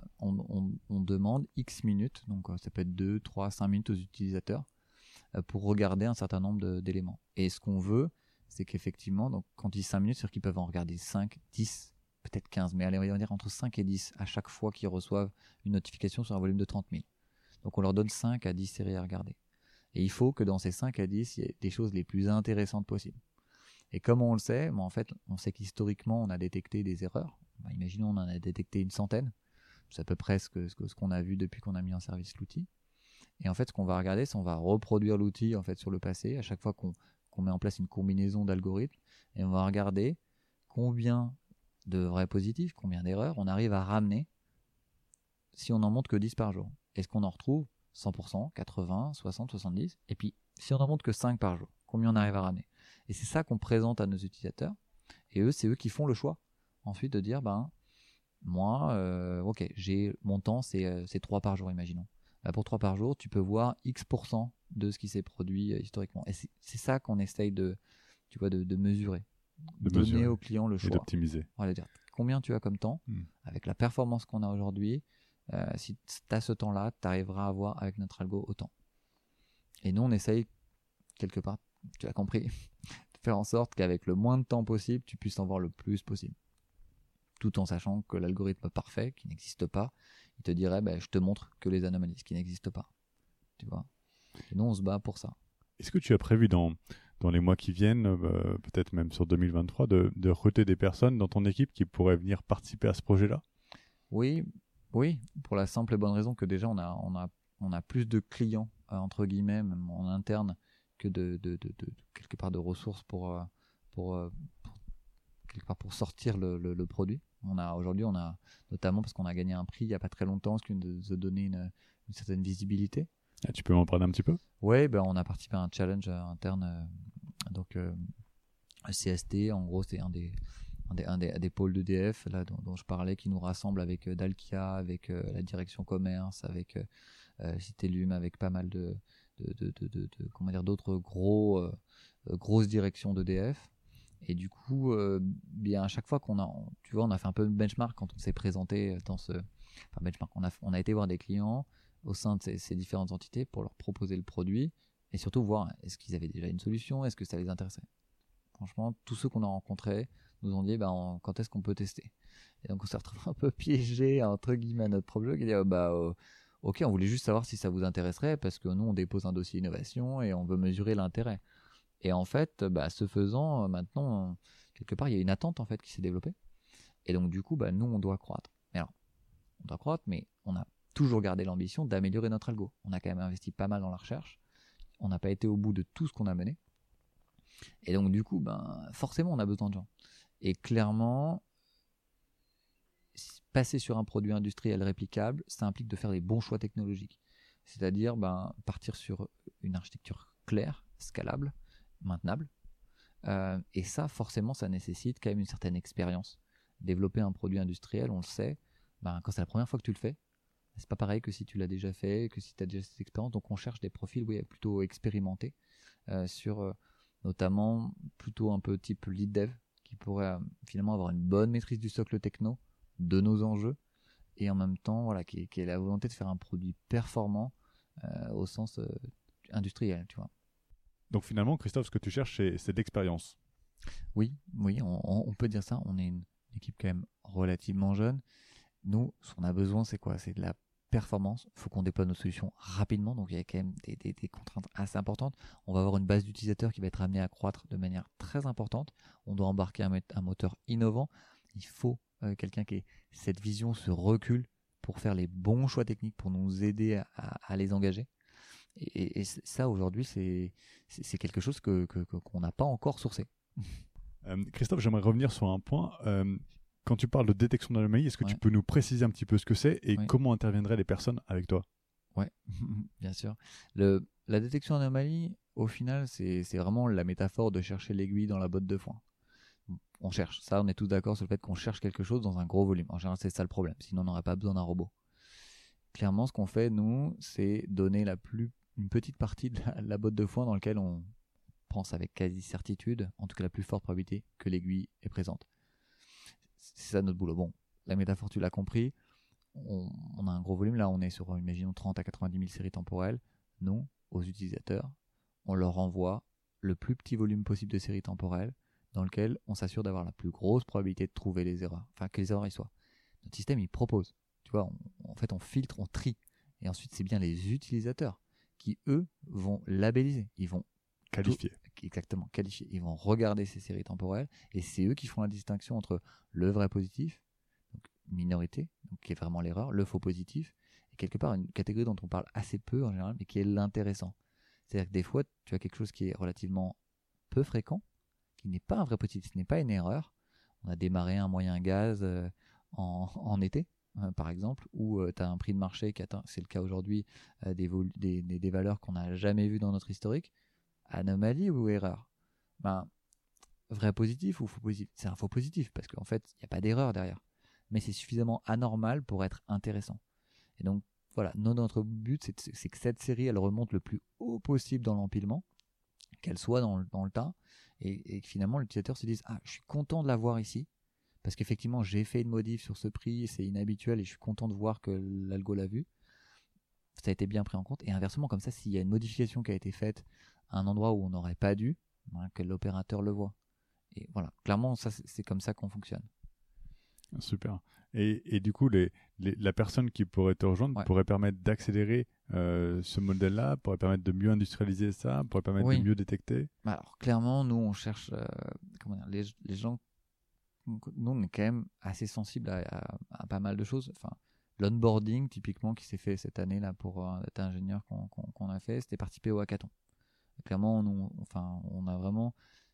Speaker 2: on demande X minutes. Donc, ça peut être 2, 3, 5 minutes aux utilisateurs pour regarder un certain nombre d'éléments. Et ce qu'on veut, c'est qu'effectivement, donc, quand ils disent 5 minutes, c'est-à-dire qu'ils peuvent en regarder 5, 10, peut-être 15, mais allez, on va dire entre 5 et 10 à chaque fois qu'ils reçoivent une notification sur un volume de 30 000. Donc on leur donne 5 à 10 séries à regarder. Et il faut que dans ces 5 à 10, il y ait des choses les plus intéressantes possibles. Et comme on le sait, en fait, on sait qu'historiquement, on a détecté des erreurs. Imaginons, on en a détecté une centaine. C'est à peu près ce qu'on a vu depuis qu'on a mis en service l'outil. Et en fait, ce qu'on va regarder, c'est on va reproduire l'outil en fait sur le passé, à chaque fois qu'on met en place une combinaison d'algorithmes, et on va regarder combien de vrais positifs, combien d'erreurs on arrive à ramener si on n'en monte que 10 par jour. Est-ce qu'on en retrouve 100%, 80, 60, 70 ? Et puis, si on n'en monte que 5 par jour, combien on arrive à ramener ? Et c'est ça qu'on présente à nos utilisateurs. Et eux, c'est eux qui font le choix. Ensuite, de dire, moi, ok, mon temps, c'est 3 par jour, imaginons. Pour 3 par jour, tu peux voir X% de ce qui s'est produit historiquement. Et c'est ça qu'on essaye de mesurer. Donner au client le choix.
Speaker 1: Et d'optimiser.
Speaker 2: On va dire combien tu as comme temps, avec la performance qu'on a aujourd'hui. Si tu as ce temps-là, tu arriveras à avoir avec notre algo autant. Et nous, on essaye, quelque part, tu as compris, de faire en sorte qu'avec le moins de temps possible, tu puisses en voir le plus possible. Tout en sachant que l'algorithme parfait, qui n'existe pas, il te dirait, je te montre que les anomalies, ce qui n'existe pas. Tu vois ? Et nous, on se bat pour ça.
Speaker 1: Est-ce que tu as prévu dans les mois qui viennent, peut-être même sur 2023, de recruter des personnes dans ton équipe qui pourraient venir participer à ce projet-là ?
Speaker 2: Oui, pour la simple et bonne raison que déjà on a plus de clients entre guillemets même en interne que de quelque part de ressources pour quelque part pour sortir le produit. Aujourd'hui on a notamment parce qu'on a gagné un prix il y a pas très longtemps, ce qui nous a donné une certaine visibilité.
Speaker 1: Ah, tu peux m'en parler un petit peu ?
Speaker 2: Oui, on a participé à un challenge interne, donc CST, en gros c'est un des pôles d'EDF là dont je parlais, qui nous rassemble avec Dalkia, avec la direction commerce, avec Citellum, avec pas mal d'autres grosses directions d'EDF. Et du coup, bien à chaque fois tu vois, on a fait un peu de benchmark quand on s'est présenté dans benchmark. On a été voir des clients au sein de ces différentes entités pour leur proposer le produit et surtout voir est-ce qu'ils avaient déjà une solution, est-ce que ça les intéressait. Franchement, tous ceux qu'on a rencontrés nous ont dit quand est-ce qu'on peut tester. Et donc on s'est retrouvé un peu piégé entre guillemets à notre propre jeu qui dit ok, on voulait juste savoir si ça vous intéresserait parce que nous on dépose un dossier innovation et on veut mesurer l'intérêt. Et en fait, ce faisant, maintenant, quelque part, il y a une attente en fait qui s'est développée. Et donc du coup, nous, on doit croître. Mais alors, on doit croître, mais on a toujours gardé l'ambition d'améliorer notre algo. On a quand même investi pas mal dans la recherche. On n'a pas été au bout de tout ce qu'on a mené. Et donc du coup, forcément, on a besoin de gens. Et clairement, passer sur un produit industriel réplicable, ça implique de faire les bons choix technologiques. C'est-à-dire partir sur une architecture claire, scalable, maintenable. Et ça, forcément, ça nécessite quand même une certaine expérience. Développer un produit industriel, on le sait, quand c'est la première fois que tu le fais, c'est pas pareil que si tu l'as déjà fait, que si tu as déjà cette expérience. Donc on cherche des profils plutôt expérimentés sur notamment plutôt un peu type lead dev qui pourrait finalement avoir une bonne maîtrise du socle techno, de nos enjeux, et en même temps qui ait la volonté de faire un produit performant au sens industriel, tu vois.
Speaker 1: Donc finalement, Christophe, ce que tu cherches, c'est de l'expérience.
Speaker 2: Oui, on peut dire ça. On est une équipe quand même relativement jeune. Nous, ce qu'on a besoin, c'est quoi? C'est de la performance. Il faut qu'on déploie nos solutions rapidement. Donc, il y a quand même des contraintes assez importantes. On va avoir une base d'utilisateurs qui va être amenée à croître de manière très importante. On doit embarquer un moteur innovant. Il faut quelqu'un qui ait cette vision, ce recul pour faire les bons choix techniques, pour nous aider à les engager. Et ça, aujourd'hui, c'est quelque chose qu'on n'a pas encore sourcé.
Speaker 1: Christophe, j'aimerais revenir sur un point. Quand tu parles de détection d'anomalies, est-ce que tu peux nous préciser un petit peu ce que c'est et comment interviendraient les personnes avec toi?
Speaker 2: Ouais, bien sûr. La détection d'anomalies, au final, c'est vraiment la métaphore de chercher l'aiguille dans la botte de foin. On cherche, ça on est tous d'accord sur le fait qu'on cherche quelque chose dans un gros volume. En général, c'est ça le problème, sinon on n'aurait pas besoin d'un robot. Clairement, ce qu'on fait, nous, c'est donner une petite partie de la botte de foin dans laquelle on pense avec quasi certitude, en tout cas la plus forte probabilité, que l'aiguille est présente. C'est ça notre boulot. Bon, la métaphore, tu l'as compris. On a un gros volume. Là, on est sur, imaginons, 30 à 90 000 séries temporelles. Nous, aux utilisateurs, on leur envoie le plus petit volume possible de séries temporelles dans lequel on s'assure d'avoir la plus grosse probabilité de trouver les erreurs. Enfin, que les erreurs y soient. Notre système, il propose. Tu vois, en fait, on filtre, on trie. Et ensuite, c'est bien les utilisateurs qui, eux, vont labelliser. Ils vont
Speaker 1: qualifier.
Speaker 2: Exactement, qualifier. Ils vont regarder ces séries temporelles et c'est eux qui font la distinction entre le vrai positif, donc minorité, donc qui est vraiment l'erreur, le faux positif, et quelque part une catégorie dont on parle assez peu en général, mais qui est l'intéressant. C'est-à-dire que des fois, tu as quelque chose qui est relativement peu fréquent, qui n'est pas un vrai positif, ce n'est pas une erreur. On a démarré un moyen gaz en été, par exemple, où tu as un prix de marché qui atteint, c'est le cas aujourd'hui, des valeurs qu'on n'a jamais vues dans notre historique. Anomalie ou erreur? Vrai positif ou faux positif? C'est un faux positif parce qu'en fait, il n'y a pas d'erreur derrière. Mais c'est suffisamment anormal pour être intéressant. Et donc, voilà, notre but, c'est que cette série, elle remonte le plus haut possible dans l'empilement, qu'elle soit dans le tas, et que finalement, l'utilisateur se dise « Ah, je suis content de la voir ici, parce qu'effectivement, j'ai fait une modif sur ce prix, c'est inhabituel, et je suis content de voir que l'algo l'a vu. » Ça a été bien pris en compte. Et inversement, comme ça, s'il y a une modification qui a été faite à un endroit où on n'aurait pas dû, que l'opérateur le voit. Et voilà, clairement, ça, c'est comme ça qu'on fonctionne.
Speaker 1: Super. Et du coup, la personne qui pourrait te rejoindre pourrait permettre d'accélérer ce modèle-là, pourrait permettre de mieux industrialiser ça, pourrait permettre de mieux détecter.
Speaker 2: Alors, clairement, nous, on cherche les gens. Nous, on est quand même assez sensible à pas mal de choses. Enfin, l'onboarding, typiquement, qui s'est fait cette année là pour un data ingénieur qu'on a fait, c'était participer au hackathon. Et clairement, on a vraiment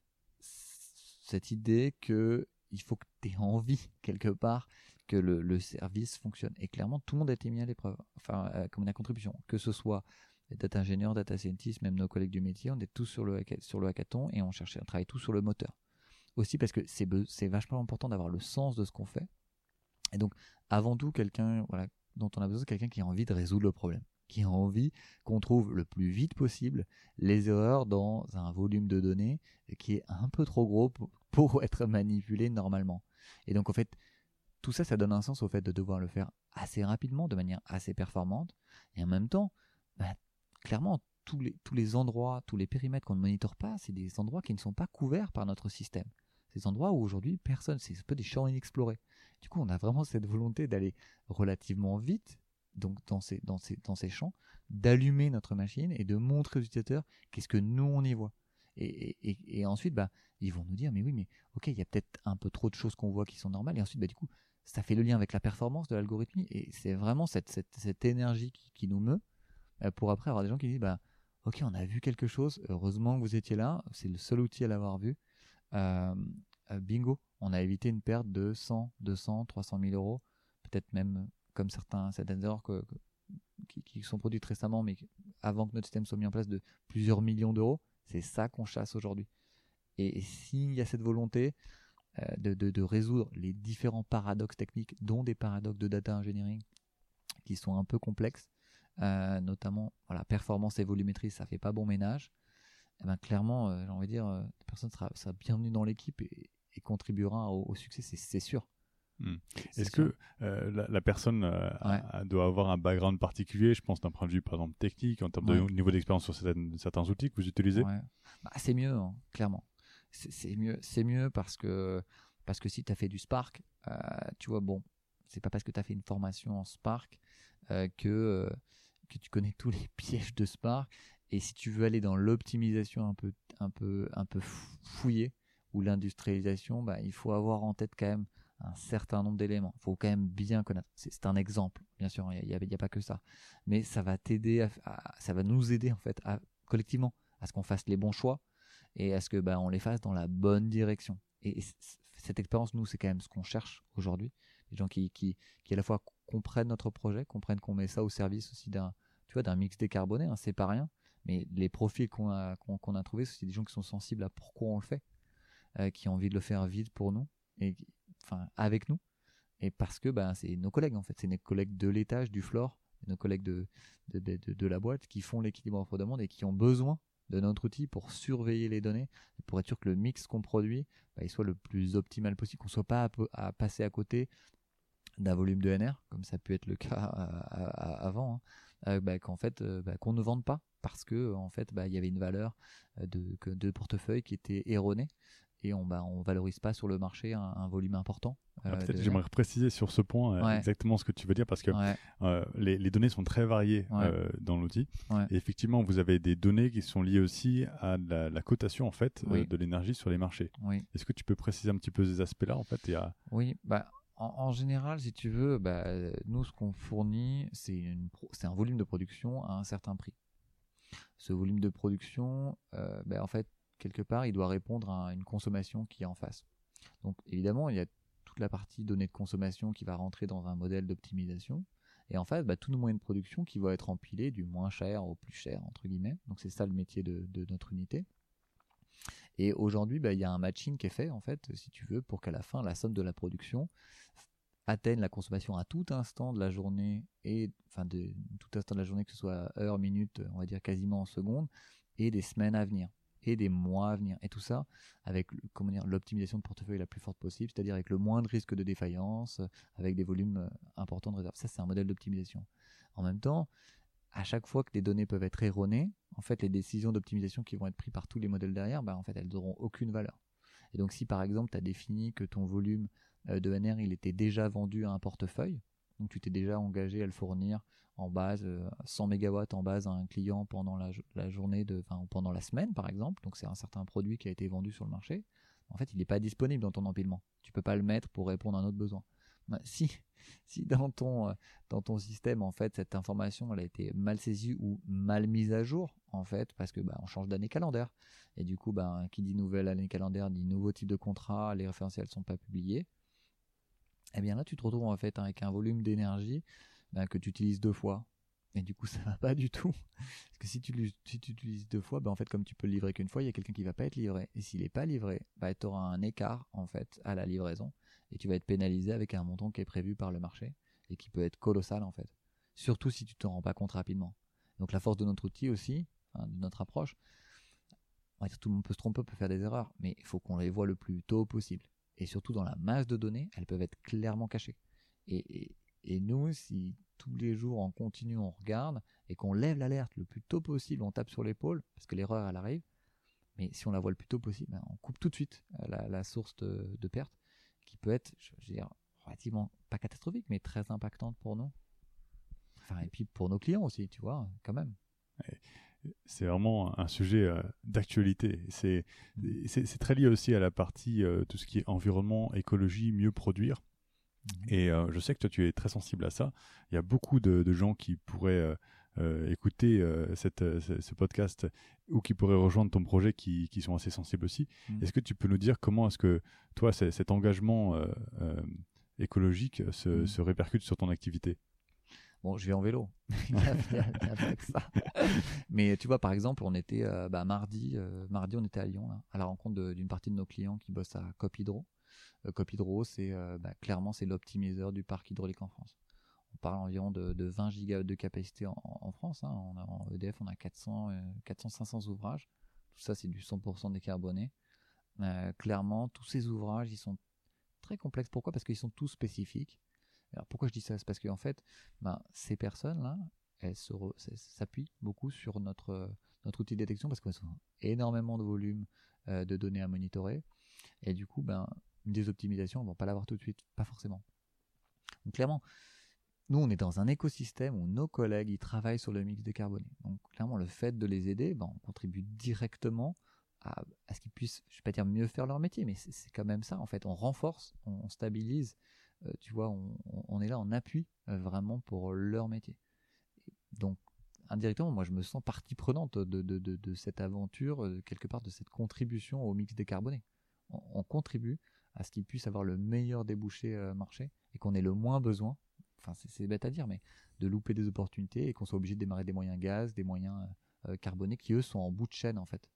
Speaker 2: cette idée que il faut que tu aies envie quelque part que le service fonctionne. Et clairement, tout le monde a été mis à l'épreuve, comme une contribution, que ce soit les data ingénieurs, data scientists, même nos collègues du métier, on est tous sur le hackathon et on travaille tous sur le moteur. Aussi parce que c'est vachement important d'avoir le sens de ce qu'on fait. Et donc, avant tout, quelqu'un dont on a besoin, quelqu'un qui a envie de résoudre le problème. qui a envie qu'on trouve le plus vite possible les erreurs dans un volume de données qui est un peu trop gros pour être manipulé normalement. Et donc en fait, tout ça, ça donne un sens au fait de devoir le faire assez rapidement, de manière assez performante. Et en même temps, clairement, tous les endroits, tous les périmètres qu'on ne monitore pas, c'est des endroits qui ne sont pas couverts par notre système. Ces endroits où aujourd'hui, c'est un peu des champs inexplorés. Du coup, on a vraiment cette volonté d'aller relativement vite donc dans ces champs, d'allumer notre machine et de montrer aux utilisateurs qu'est-ce que nous, on y voit. Et ensuite, ils vont nous dire, mais oui, mais ok, il y a peut-être un peu trop de choses qu'on voit qui sont normales. Et ensuite, du coup, ça fait le lien avec la performance de l'algorithmie. Et c'est vraiment cette énergie qui nous meut pour après avoir des gens qui disent, ok, on a vu quelque chose, heureusement que vous étiez là, c'est le seul outil à l'avoir vu. Bingo, on a évité une perte de 100, 200, 300 000 euros, peut-être même comme certaines erreurs qui sont produites récemment, mais avant que notre système soit mis en place, de plusieurs millions d'euros. C'est ça qu'on chasse aujourd'hui. Et s'il y a cette volonté de résoudre les différents paradoxes techniques, dont des paradoxes de data engineering qui sont un peu complexes, notamment performance et volumétrie, ça fait pas bon ménage. Clairement, j'ai envie de dire, la personne sera bienvenue dans l'équipe et contribuera au succès, c'est sûr.
Speaker 1: Est-ce que la personne doit avoir un background particulier, je pense d'un point de vue par exemple technique, en termes de niveau d'expérience sur certains outils que vous utilisez?
Speaker 2: C'est mieux, hein, clairement. C'est mieux parce que si tu as fait du Spark, tu vois, bon, c'est pas parce que tu as fait une formation en Spark que tu connais tous les pièges de Spark. Et si tu veux aller dans l'optimisation un peu fouillée ou l'industrialisation, il faut avoir en tête quand même un certain nombre d'éléments. Il faut quand même bien connaître. C'est un exemple, bien sûr, il n'y a pas que ça. Mais ça va t'aider, ça va nous aider en fait, collectivement, à ce qu'on fasse les bons choix et à ce que on les fasse dans la bonne direction. Et cette expérience, nous, c'est quand même ce qu'on cherche aujourd'hui. Des gens qui à la fois comprennent notre projet, comprennent qu'on met ça au service aussi d'un mix décarboné, hein, c'est pas rien. Mais les profils qu'on a trouvés, c'est des gens qui sont sensibles à pourquoi on le fait, qui ont envie de le faire vite pour nous, et avec nous, et parce que c'est nos collègues en fait, c'est nos collègues de l'étage, du floor, nos collègues de la boîte qui font l'équilibre offre-demande et qui ont besoin de notre outil pour surveiller les données, pour être sûr que le mix qu'on produit, il soit le plus optimal possible, qu'on soit pas à passer à côté d'un volume de NR, comme ça peut être le cas avant, qu'en fait, qu'on ne vende pas parce que en fait, il y avait une valeur de portefeuille qui était erronée et on valorise pas sur le marché un volume important.
Speaker 1: Peut-être j'aimerais préciser sur ce point exactement ce que tu veux dire parce que les données sont très variées dans l'outil. Et effectivement, vous avez des données qui sont liées aussi à la cotation en fait de l'énergie sur les marchés. Est-ce que tu peux préciser un petit peu ces aspects-là en fait
Speaker 2: Oui, en général, si tu veux, nous, ce qu'on fournit, c'est un volume de production à un certain prix. Ce volume de production, en fait, quelque part, il doit répondre à une consommation qui est en face. Donc, évidemment, il y a toute la partie données de consommation qui va rentrer dans un modèle d'optimisation. Et en fait, tous nos moyens de production qui vont être empilés du moins cher au plus cher, entre guillemets. Donc, c'est ça le métier de notre unité. Et aujourd'hui, il y a un matching qui est fait, en fait, si tu veux, pour qu'à la fin, la somme de la production atteigne la consommation à tout instant de la journée, tout instant de la journée, que ce soit heure, minute, on va dire quasiment en secondes, et des semaines à venir, et des mois à venir. Et tout ça avec l'optimisation de portefeuille la plus forte possible, c'est-à-dire avec le moins de risque de défaillance, avec des volumes importants de réserve. Ça, c'est un modèle d'optimisation. En même temps, à chaque fois que les données peuvent être erronées, en fait, les décisions d'optimisation qui vont être prises par tous les modèles derrière, en fait, elles n'auront aucune valeur. Et donc, si par exemple, tu as défini que ton volume de NR, il était déjà vendu à un portefeuille, donc tu t'es déjà engagé à le fournir en base 100 MW en base à un client pendant la journée, ou pendant la semaine, par exemple, donc c'est un certain produit qui a été vendu sur le marché, en fait, il n'est pas disponible dans ton empilement. Tu ne peux pas le mettre pour répondre à un autre besoin. Si dans ton système, en fait, cette information elle a été mal saisie ou mal mise à jour, en fait, parce que on change d'année calendaire, et du coup, qui dit nouvelle année calendaire dit nouveau type de contrat, les référentiels sont pas publiés. Eh bien là, tu te retrouves en fait avec un volume d'énergie que tu utilises 2 fois. Et du coup, ça va pas du tout. Parce que si tu utilises 2 fois, en fait, comme tu peux le livrer qu'une fois, il y a quelqu'un qui va pas être livré. Et s'il est pas livré, tu auras un écart en fait à la livraison. Et tu vas être pénalisé avec un montant qui est prévu par le marché et qui peut être colossal en fait. surtout si tu te rends pas compte rapidement. Donc la force de notre outil aussi, de notre approche, on va dire, tout le monde peut se tromper, peut faire des erreurs, mais il faut qu'on les voit le plus tôt possible. Et surtout dans la masse de données, elles peuvent être clairement cachées. Et nous, si tous les jours en continu on regarde et qu'on lève l'alerte le plus tôt possible, on tape sur l'épaule, parce que l'erreur elle arrive, mais si on la voit le plus tôt possible, on coupe tout de suite la source de perte, qui peut être, je veux dire, relativement pas catastrophique, mais très impactante pour nous. Enfin, et puis pour nos clients aussi, tu vois, quand même.
Speaker 1: C'est vraiment un sujet d'actualité. C'est très lié aussi à la partie tout ce qui est environnement, écologie, mieux produire. Et je sais que toi, tu es très sensible à ça. Il y a beaucoup de gens qui pourraient écouter ce podcast ou qui pourraient rejoindre ton projet qui sont assez sensibles aussi. Est-ce que tu peux nous dire comment est-ce que toi, cet engagement écologique se répercute sur ton activité?
Speaker 2: Bon, je vais en vélo. Il y a pas que ça. Mais tu vois, par exemple, on était mardi, on était à Lyon, là, à la rencontre d'une partie de nos clients qui bossent à Cophydro. Cophydro, c'est clairement c'est l'optimiseur du parc hydraulique en France. On parle environ de 20 gigawatts de capacité en France. En EDF, on a 400-500 ouvrages. Tout ça, c'est du 100% décarboné. Clairement, tous ces ouvrages, ils sont très complexes. Pourquoi ? Parce qu'ils sont tous spécifiques. Alors pourquoi je dis ça ? C'est parce qu'en fait, ces personnes-là, elles s'appuient beaucoup sur notre outil de détection parce qu'elles ont énormément de volume de données à monitorer. Et du coup, des optimisations, on ne va pas l'avoir tout de suite, pas forcément. Donc clairement, nous, on est dans un écosystème où nos collègues, ils travaillent sur le mix décarboné. Donc clairement, le fait de les aider, on contribue directement à ce qu'ils puissent, je ne vais pas dire mieux faire leur métier, mais c'est quand même ça, en fait. On renforce, on stabilise, tu vois, on est là en appui vraiment pour leur métier. Et donc, indirectement, moi, je me sens partie prenante de cette aventure, quelque part de cette contribution au mix décarboné. On contribue à ce qu'ils puissent avoir le meilleur débouché marché et qu'on ait le moins besoin, enfin c'est bête à dire, mais de louper des opportunités et qu'on soit obligé de démarrer des moyens gaz, des moyens carbonés qui eux sont en bout de chaîne en fait.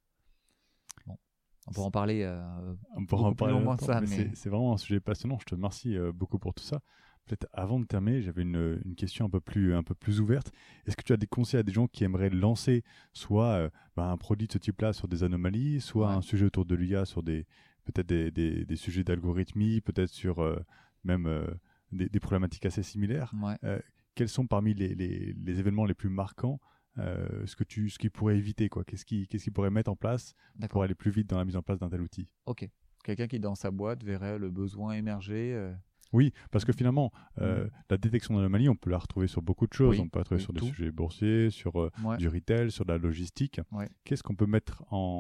Speaker 2: Bon, on pourra en parler beaucoup plus longuement de ça, mais
Speaker 1: c'est vraiment un sujet passionnant. Je te remercie beaucoup pour tout ça. Peut-être avant de terminer, j'avais une question un peu plus ouverte. Est-ce que tu as des conseils à des gens qui aimeraient lancer soit un produit de ce type-là sur des anomalies, soit un sujet autour de l'IA sur peut-être des sujets d'algorithmie, peut-être sur même des problématiques assez similaires. Quels sont parmi les événements les plus marquants ce qu'ils pourraient éviter, quoi? Qu'est-ce qu'ils pourraient mettre en place pour aller plus vite dans la mise en place d'un tel outil?
Speaker 2: Ok. Quelqu'un qui dans sa boîte verrait le besoin émerger.
Speaker 1: Oui, parce que finalement, la détection d'anomalies, on peut la retrouver sur beaucoup de choses. On peut la retrouver sur des sujets boursiers, sur du retail, sur de la logistique. Qu'est-ce qu'on peut mettre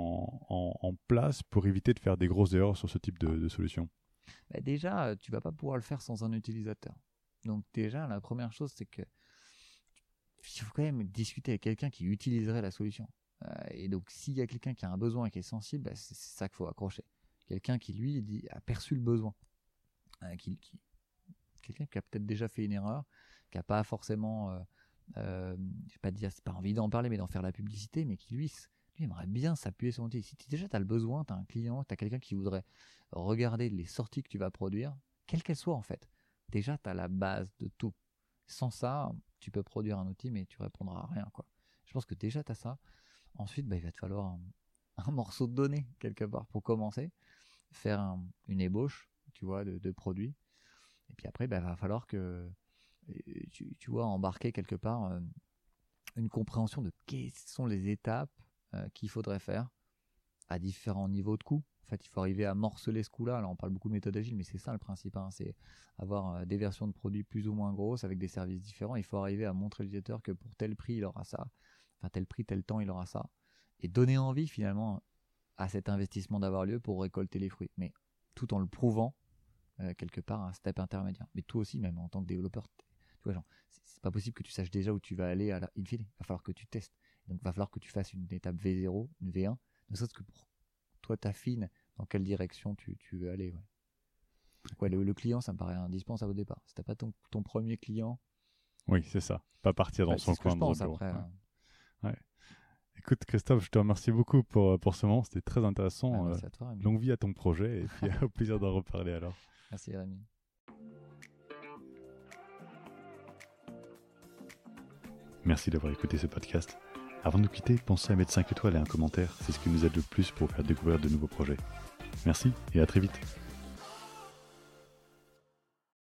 Speaker 1: en place pour éviter de faire des grosses erreurs sur ce type de solution?
Speaker 2: Déjà, tu vas pas pouvoir le faire sans un utilisateur. Donc déjà, la première chose, c'est que il faut quand même discuter avec quelqu'un qui utiliserait la solution. Et donc, s'il y a quelqu'un qui a un besoin et qui est sensible, c'est ça qu'il faut accrocher. Quelqu'un qui, lui, a perçu le besoin. Quelqu'un qui a peut-être déjà fait une erreur, qui n'a pas forcément, je vais pas dire, c'est pas envie d'en parler, mais d'en faire la publicité, mais qui lui aimerait bien s'appuyer sur l'outil. Si déjà tu as le besoin, tu as un client, tu as quelqu'un qui voudrait regarder les sorties que tu vas produire, quelles qu'elles soient en fait, déjà tu as la base de tout. Sans ça, tu peux produire un outil, mais tu répondras à rien, quoi. Je pense que déjà tu as ça. Ensuite, il va te falloir un morceau de données quelque part pour commencer, faire une ébauche, tu vois, de produits. Et puis après, il va falloir que tu vois, embarquer quelque part une compréhension de quelles sont les étapes qu'il faudrait faire à différents niveaux de coûts. En fait, il faut arriver à morceler ce coût-là. Alors, on parle beaucoup de méthode agile, mais c'est ça le principe. C'est avoir des versions de produits plus ou moins grosses avec des services différents. Il faut arriver à montrer à l'utilisateur que pour tel prix, il aura ça. Enfin, tel prix, tel temps, il aura ça. Et donner envie, finalement, à cet investissement d'avoir lieu pour récolter les fruits. Mais tout en le prouvant, quelque part, un step intermédiaire. Mais toi aussi, même en tant que développeur, tu vois, c'est pas possible que tu saches déjà où tu vas aller à la in fine. Il va falloir que tu testes. Donc, il va falloir que tu fasses une étape V0, une V1, ne serait-ce que pour toi, t'affines dans quelle direction tu veux aller. Le client, ça me paraît indispensable au départ. Si t'as pas ton premier client.
Speaker 1: Oui, c'est ça. Pas partir dans son coin.
Speaker 2: Je pense après.
Speaker 1: Ouais. Écoute, Christophe, je te remercie beaucoup pour ce moment. C'était très intéressant.
Speaker 2: Merci à toi, Rémi.
Speaker 1: Longue vie à ton projet et puis au plaisir d'en reparler alors.
Speaker 2: Merci, Rémi.
Speaker 1: Merci d'avoir écouté ce podcast. Avant de nous quitter, pensez à mettre 5 étoiles et un commentaire, c'est ce qui nous aide le plus pour faire découvrir de nouveaux projets. Merci et à très vite.